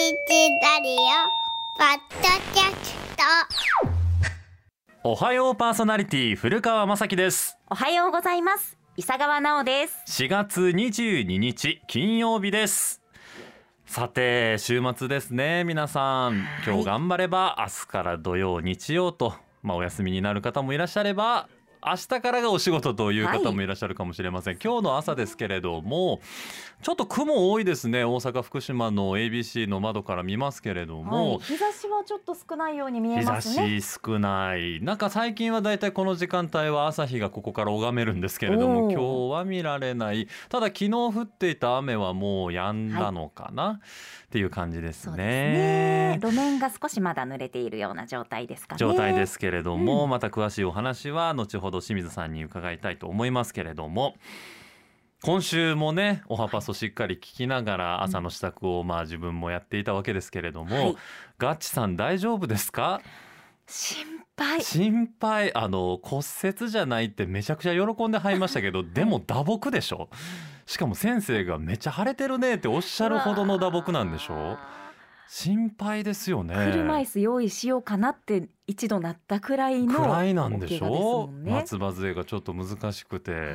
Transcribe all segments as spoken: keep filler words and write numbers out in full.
チラリオポッドキャスト。 おはようパーソナリティ古川雅樹です。 おはようございます。伊佐川直です。 しがつにじゅうににち金曜日です。さて週末ですね。皆さん今日頑張れば明日から土曜日曜と、まあ、お休みになる方もいらっしゃれば明日からがお仕事という方もいらっしゃるかもしれません、はい、今日の朝ですけれどもちょっと雲多いですね。大阪福島の エービーシー の窓から見ますけれども、 はい、日差しはちょっと少ないように見えますね。 日差し少ない。なんか最近はだいたいこの時間帯は朝日がここから拝めるんですけれども、今日は見られない。ただ昨日降っていた雨はもう止んだのかな、はい、っていう感じですね。 そうですね。路面が少しまだ濡れているような状態ですかね。 状態ですけれども、 うん、 また詳しいお話は後ほど清水さんに伺いたいと思いますけれども、今週もねおはパソしっかり聞きながら朝の支度をまあ自分もやっていたわけですけれども、はい、ガッチさん大丈夫ですか？ 心配心配。あの骨折じゃないってめちゃくちゃ喜んではりましたけどでも打撲でしょ。しかも先生がめっちゃ腫れてるねっておっしゃるほどの打撲なんでしょ。心配ですよね。 車椅子用意しようかなって一度なったくらいのくらいなんでしょう、 ね、 松葉杖がちょっと難しくて、はい、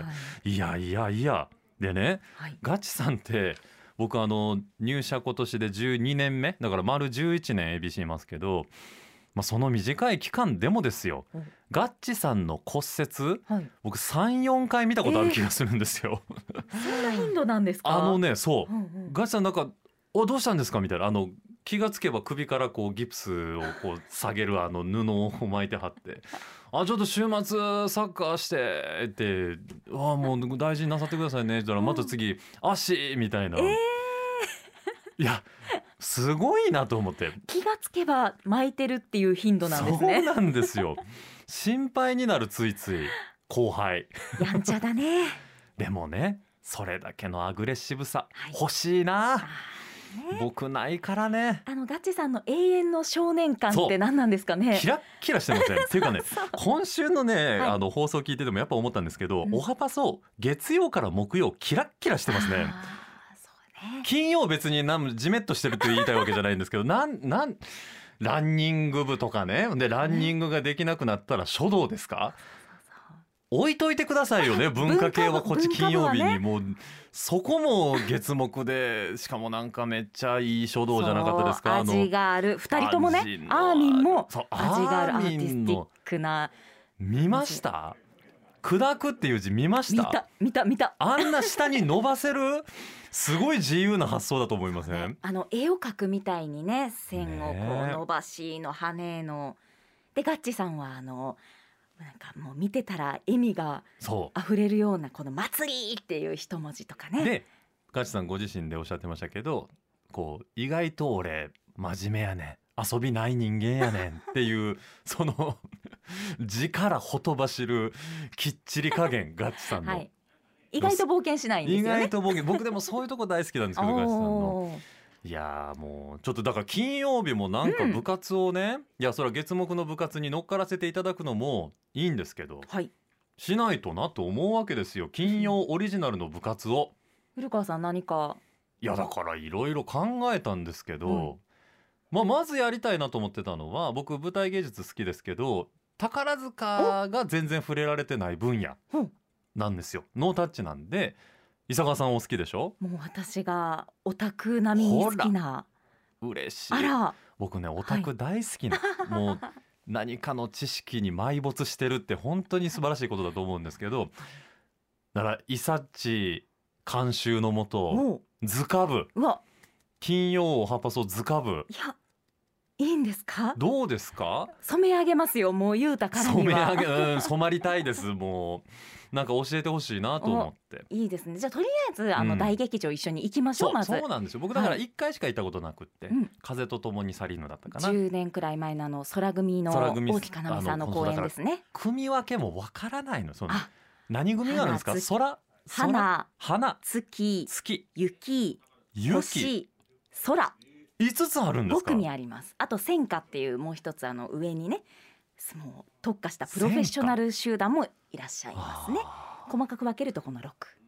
いやいやいやでね、はい、ガチさんって僕あの入社今年でじゅうにねんめだから丸じゅういちねん エービーシー いますけど、まあ、その短い期間でもですよ、うん、ガッチさんの骨折、はい、僕 さん,よん 回見たことある気がするんですよ、 えー、そんな頻度なんですか？ あのねそう、うんうん、ガッチさんなんかおどうしたんですかみたいな、あの気がつけば首からこうギプスをこう下げるあの布を巻いてはってあちょっと週末サッカーしてってあもう大事になさってくださいねって言ったらまた次、うん、足みたいな、えー、いやすごいなと思って気がつけば巻いてるっていう頻度なんですね。 そうなんですよ心配になるついつい後輩やんちゃだねでもねそれだけのアグレッシブさ、はい、欲しいなね、僕ないからね。 あのガッチさんの永遠の少年感って何なんですかね。 キラッキラしてませんっていうかね今週のね、はい、あの放送聞いててもやっぱ思ったんですけど、うん、おはパソ月曜から木曜キラッキラしてますね。そうね、金曜別になんジメッとしてるって言いたいわけじゃないんですけどなんなんランニング部とかねでランニングができなくなったら書道ですか、置いといてくださいよね。文化系はこっち金曜日にもうそこも月木でしかもなんかめっちゃいい書道じゃなかったですか。 味があるふたりともねアーミンも味があるアーティスティックな見ました。砕くっていう字見ました。 見た見た見たあんな下に伸ばせるすごい自由な発想だと思いません、ね、 あの絵を描くみたいにね線をこう伸ばしの羽のでガッチさんはあのなんかもう見てたら笑みが溢れるようなこの祭りっていう一文字とかね。 でガッチさんご自身でおっしゃってましたけどこう意外と俺真面目やねん遊びない人間やねんっていうその字からほとばしるきっちり加減ガッチさんの、はい、 意外と冒険しないんですよね。 意外と冒険僕でもそういうとこ大好きなんですけどガッチさんのいやもうちょっとだから金曜日もなんか部活をね、うん、いやそれは月木の部活に乗っからせていただくのもいいんですけど、はい、しないとなと思うわけですよ。金曜オリジナルの部活を。 古川さん何か。 いやだからいろいろ考えたんですけど、うんまあ、まずやりたいなと思ってたのは僕舞台芸術好きですけど宝塚が全然触れられてない分野なんですよ。ノータッチなんで伊佐川さんお好きでしょ。 もう私がオタク並みに好きな。 嬉しい。 あら僕ねオタク大好きな、はい、もう何かの知識に埋没してるって本当に素晴らしいことだと思うんですけどだから伊佐っち監修のもと図鑑部金曜おはパソ図鑑部。 いやいいんですか。 どうですか。 染め上げますよもう言うたからには。 染め上げ、うん、染まりたいですもうなんか教えてほしいなと思って。 いいですね。じゃあとりあえずあの大劇場一緒に行きましょう、うん、まず。 そうなんですよ。僕だからいっかいしか行ったことなくって、はい、風と共に去りぬだったかな。 じゅうねんくらい前のあの空組の大木かなみさんの公演ですね。 組分けもわからないの。その何組があるんですか。空花花月月雪星空いつつあるんですか。 ご組あります。あと戦火っていうもう一つあの上にねもう特化したプロフェッショナル集団もいらっしゃいますね。細かく分けるとこのろく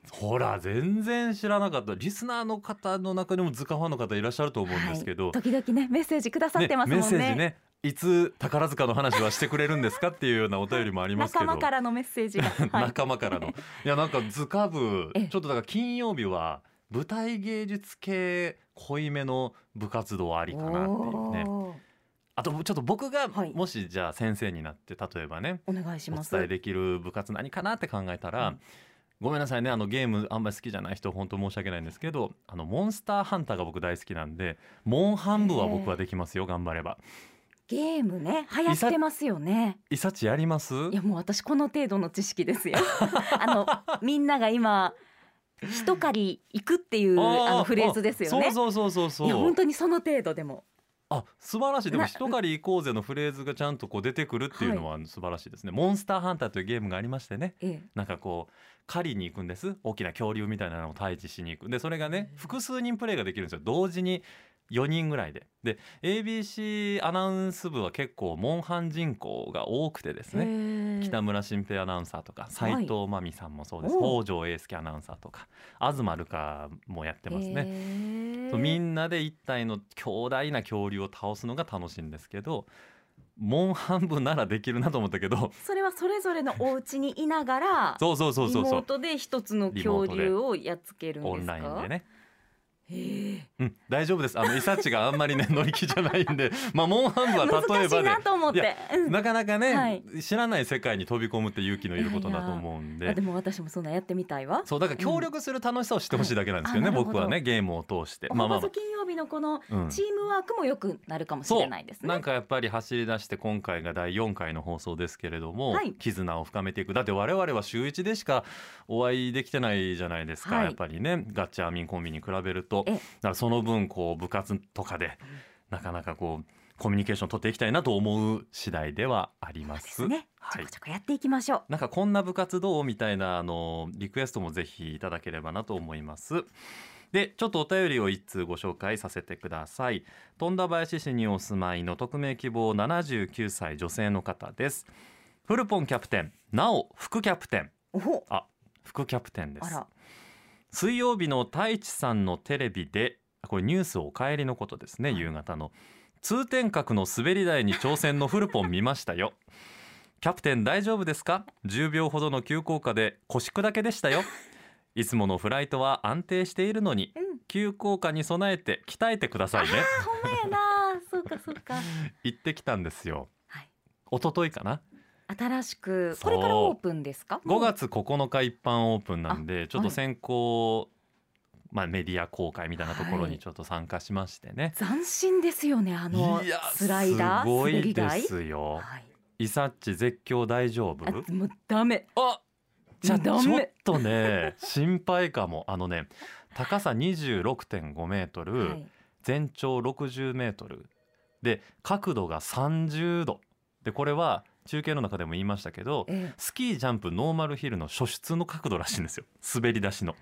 ほら全然知らなかった。リスナーの方の中にも図鑑ファンの方いらっしゃると思うんですけど、 はい、時々ねメッセージくださってますもんね。 ねメッセージね、いつ宝塚の話はしてくれるんですかっていうようなお便りもありますけど仲間からのメッセージが、はい、 仲間からのいやなんか図鑑部えちょっとだから金曜日は舞台芸術系濃いめの部活動ありかなっていうね。あとちょっと僕がもしじゃあ先生になって例えばね、 お願いします。 お伝えできる部活何かなって考えたら、うん、ごめんなさいね、あのゲームあんまり好きじゃない人本当申し訳ないんですけど、あのモンスターハンターが僕大好きなんで、モンハン部は僕はできますよ、頑張れば。 ゲームね流行ってますよね。 いさちやります？ いやもう私この程度の知識ですよあのみんなが今一狩り行くっていうあのフレーズですよね。 そうそうそうそうそう。 いや本当にその程度でも。 あ素晴らしい。でも一狩り行こうぜのフレーズがちゃんとこう出てくるっていうのは素晴らしいですね、はい、モンスターハンターというゲームがありましてね、ええ、なんかこう狩りに行くんです。大きな恐竜みたいなのを退治しに行く。でそれがね複数人プレイができるんですよ、同時によにんぐらいで。で エービーシー アナウンス部は結構モンハン人口が多くてですね、北村新平アナウンサーとか斉藤真美さんもそうです、北条英介アナウンサーとか東留伽もやってますね。みんなで一体の強大な恐竜を倒すのが楽しいんですけど、モンハン部ならできるなと思ったけど、それはそれぞれのお家にいながらそうそうそうそうリモートで一つの恐竜をやっつけるんですか？ オンラインでね。 へうん、大丈夫です。あのイサッチがあんまりね乗り気じゃないんでまあモンハン部は例えばで難しいなと思って、うん、 なかなかね、はい、知らない世界に飛び込むって勇気のいることだと思うんで。 いやいやでも私もそんなやってみたいわ。 そうだから協力する楽しさを知ってほしいだけなんですけどね、うんはい、僕はねゲームを通して。 まあまあまあ金曜日のこのチームワークも良くなるかもしれないですね、 うん、なんかやっぱり走り出して今回がだいよんかいの放送ですけれども、はい、絆を深めていく。だって我々は週いちでしかお会いできてないじゃないですか、はい、やっぱりねガッチャーミンコンビに比べると。だからその分こう部活とかでなかなかこうコミュニケーションを取っていきたいなと思う次第ではあります。 そうですね、ちょこちょこやっていきましょう、はい、 なんかこんな部活どうみたいなあのリクエストもぜひいただければなと思います。でちょっとお便りを一通ご紹介させてください。富田林市にお住まいの匿名希望ななじゅうきゅうさい女性の方です。フルポンキャプテン、なお副キャプテン。おあ副キャプテンです。あら水曜日の太一さんのテレビでこれニュースお帰りのことですね、はい、夕方の通天閣の滑り台に挑戦のフルポン見ましたよキャプテン大丈夫ですか？じゅうびょうほどの急降下で腰砕けでしたよいつものフライトは安定しているのに、うん、急降下に備えて鍛えてくださいね。 あほんまやなそうかそうか行ってきたんですよ、はい、一昨日かな。 新しくこれからオープンですか？ ごがつここのか一般オープンなんでちょっと先行、はいまあ、メディア公開みたいなところにちょっと参加しましてね、 はい、斬新ですよねあのスライダー。 すごいですよ、はい、イサッチ絶叫大丈夫？ もうダメ。 あじゃあちょっとね心配かも。あのね高さ にじゅうろくてんごメートル、はい、全長ろくじゅうメートルで角度がさんじゅうどで、これは中継の中でも言いましたけど、ええ、スキージャンプノーマルヒルの初出の角度らしいんですよ、滑り出しの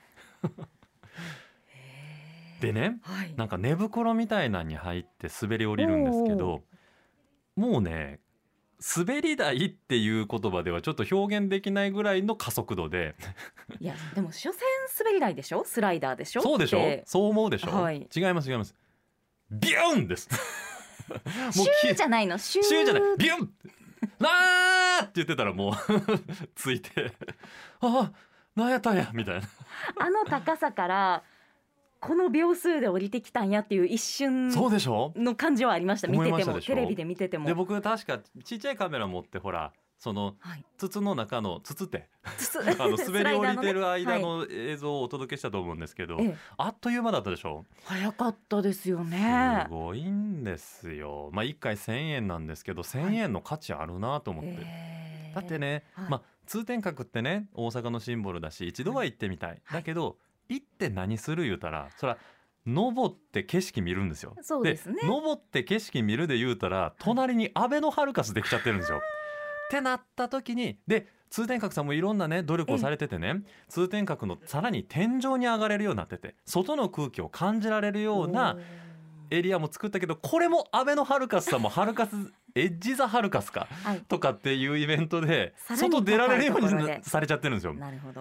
でね、はい、なんか寝袋みたいなのに入って滑り降りるんですけど、もうね滑り台っていう言葉ではちょっと表現できないぐらいの加速度でいやでも所詮滑り台でしょ、スライダーでしょ。 そうでしょ、そう思うでしょ、はい、違います違います、ビューンですシューじゃないの、シューシューじゃない、ビューンなーって言ってたらもうついてあなんやったんやみたいなあの高さからこの秒数で降りてきたんやっていう一瞬の感じはありました。見ててもテレビで見てても。 で僕確かちっちゃいカメラ持ってほらその筒の中の筒ってあの滑り降りてる間の映像をお届けしたと思うんですけど、はい、あっという間だったでしょ。 早かったですよね。 すごいんですよ。まあいっかいせんえんなんですけどせんえんの価値あるなと思って、はい、だってね、はい、まあ通天閣ってね大阪のシンボルだし一度は行ってみたい、はい、だけど行って何する言うたらそら登って景色見るんですよ。 そうですね。 で登って景色見るで言うたら隣にアベノハルカスできちゃってるんですよってなった時に、で通天閣さんもいろんなね努力をされててね、通天閣のさらに天井に上がれるようになってて外の空気を感じられるようなエリアも作ったけど、これもアベノハルカスさんもハルカスエッジザハルカスか、はい、とかっていうイベントで外出られるようにされちゃってるんですよ。 なるほど。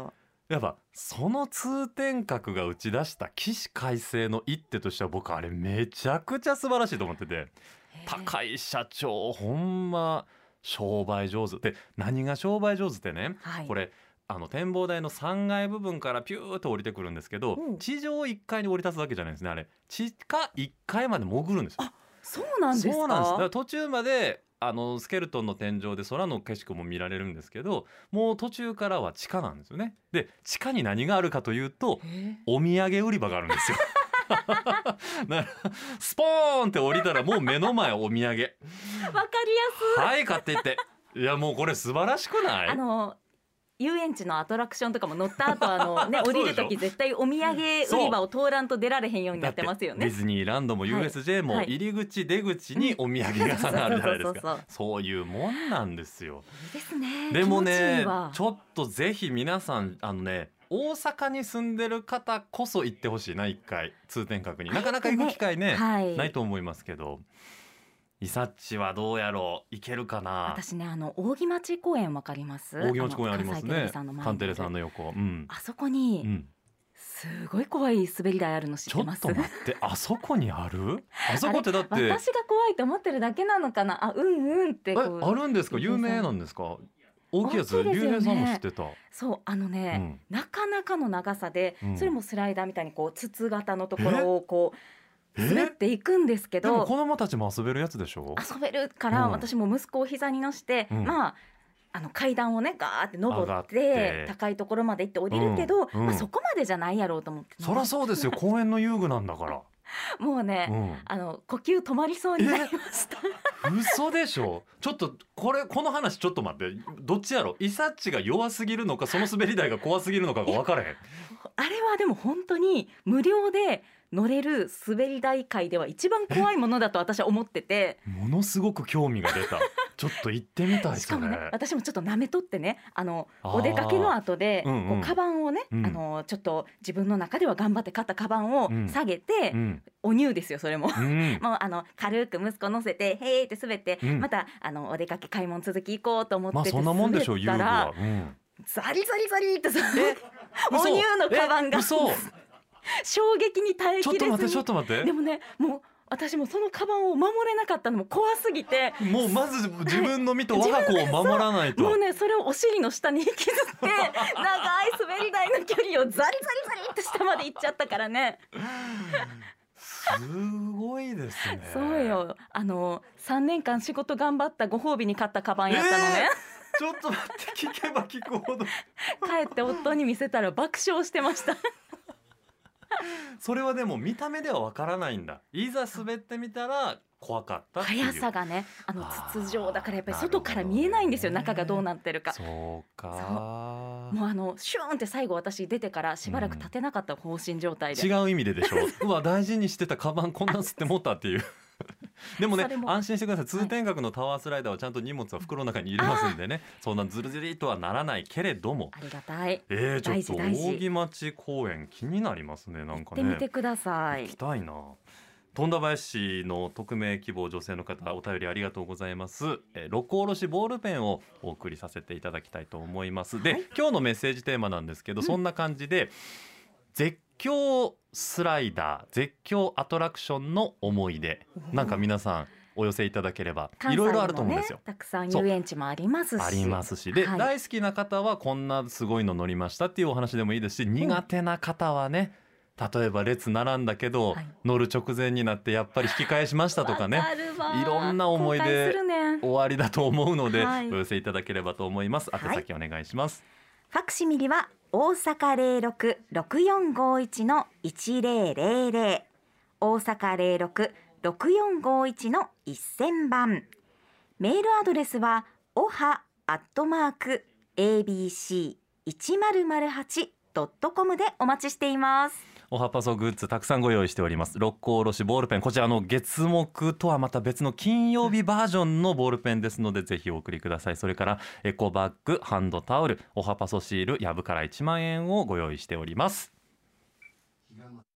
やっぱその通天閣が打ち出した起死回生の一手としては僕あれめちゃくちゃ素晴らしいと思ってて、高井社長ほんま商売上手で、何が商売上手ってね、はい、これあの展望台のさんがい部分からピューッと降りてくるんですけど、うん、地上いっかいに降り立つわけじゃないですね。あれ地下いっかいまで潜るんですよ。 あ、そうなんですか。 そうなんです。だから途中まであのスケルトンの天井で空の景色も見られるんですけど、もう途中からは地下なんですよね。で地下に何があるかというとお土産売り場があるんですよだからスポーンって降りたらもう目の前お土産わかりやすい。 はい買っていって、いやもうこれ素晴らしくない？ あの遊園地のアトラクションとかも乗った後あの、ね、降りるとき絶対お土産売り場を通らんと出られへんようになってますよね。 ディズニーランドも ユーエスジェー も入り口出口にお土産屋さんがあるじゃないですか。そういうもんなんですよ。 いいですね。 でもねちょっとぜひ皆さんあのね大阪に住んでる方こそ行ってほしいな、一回通天閣に。なかなか行く機会ね、はい、ないと思いますけど、イサッチはどうやろう、行けるかな。 私ねあの扇町公園わかります？ 扇町公園ありますね。カンテレさんの横、うん、 あそこに、うん、すごい怖い滑り台あるの知ってます？ ちょっと待って、あそこにある？あそこってだって私が怖いと思ってるだけなのかな。あ、うんうんってこうあるんですか？有名なんですか？大きいやつ、竜兵さんも知ってた。 そうあのね、うん、なかなかの長さで、うん、それもスライダーみたいにこう筒型のところをこう滑っていくんですけど、 でも子供たちも遊べるやつでしょ？ 遊べるから、うん、私も息子を膝に乗して、うん、まああの階段をねガーって登って高いところまで行って降りるけど、うんうん、まあ、そこまでじゃないやろうと思って、 そりゃそうですよ公園の遊具なんだからもうね、うん、あの呼吸止まりそうになりました嘘でしょ。ちょっとこれこの話ちょっと待って、どっちやろ、イサッチが弱すぎるのかその滑り台が怖すぎるのかが分からへん。 あれはでも本当に無料で乗れる滑り台界では一番怖いものだと私は思ってて、 ものすごく興味が出たちょっと行ってみたい。 しかもね私もちょっと舐めとってね、あのお出かけの後で、うんうん、こうカバンをね、うん、あのちょっと自分の中では頑張って買ったカバンを下げて、うんうん、お乳ですよそれも、うん、もうあの軽く息子乗せてへーって滑って、うん、またあのお出かけ買い物続き行こうと思ってて、まあ、 そんなもんでしょう遊具は、うん、 ザリザリザリってお乳のカバンが衝撃に耐えきれずに、 ちょっと待ってちょっと待って、 でもねもう私もそのカバンを守れなかったのも怖すぎて、 もうまず自分の身と我が子を守らないと、 もうねそれをお尻の下に引きずって長い滑り台の距離をザリザリザリって下まで行っちゃったからねすごいですね。 そうよ、あのさんねんかん仕事頑張ったご褒美に買ったカバンやったのね、 えー、ちょっと待って聞けば聞くほど帰って夫に見せたら爆笑してましたそれはでも見た目ではわからないんだ。いざ滑ってみたら怖かったっていう速さがね、あの筒状だからやっぱり外から見えないんですよ、中がどうなってるか。 そうか、 そうもうあのシューンって最後私出てからしばらく立てなかった、放心状態で、 違う意味ででしょうわ大事にしてたカバンこんなん吸ってもったっていうでもねも安心してください、通天閣のタワースライダーはちゃんと荷物は袋の中に入れますんでね、そんなずるずりとはならないけれども、 ありがたい、 えー、ちょっと扇町公園気になりますね。なんかね行ってみてください。 行きたいな。富田林の匿名希望女性の方、お便りありがとうございます。えー、六甲おろしボールペンをお送りさせていただきたいと思います。で、はい、今日のメッセージテーマなんですけど、うん、そんな感じで絶叫スライダー、絶叫アトラクションの思い出、なんか皆さんお寄せいただければ、いろいろあると思うんですよ。 たくさん遊園地もありますしありますしで、はい、大好きな方はこんなすごいの乗りましたっていうお話でもいいですし、苦手な方はね、例えば列並んだけど、はい、乗る直前になってやっぱり引き返しましたとかね、いろんな思い出終わりだと思うので、はい、お寄せいただければと思います。宛先お願いします。 はい、ファクシミリは大阪 ゼロろく ろくよんごいち のいちゼロゼロゼロ、 大阪 ゼロろく ろくよんごいち のいっせんばん、メールアドレスはおはアットマーク エービーシーいちまるまるはちドットコム でお待ちしています。 おはパソグッズたくさんご用意しております。六甲おろしボールペン、こちらの月目とはまた別の金曜日バージョンのボールペンですので、ぜひお送りください。それからエコバッグ、ハンドタオル、おはパソシール、やぶからいちまんえんをご用意しております。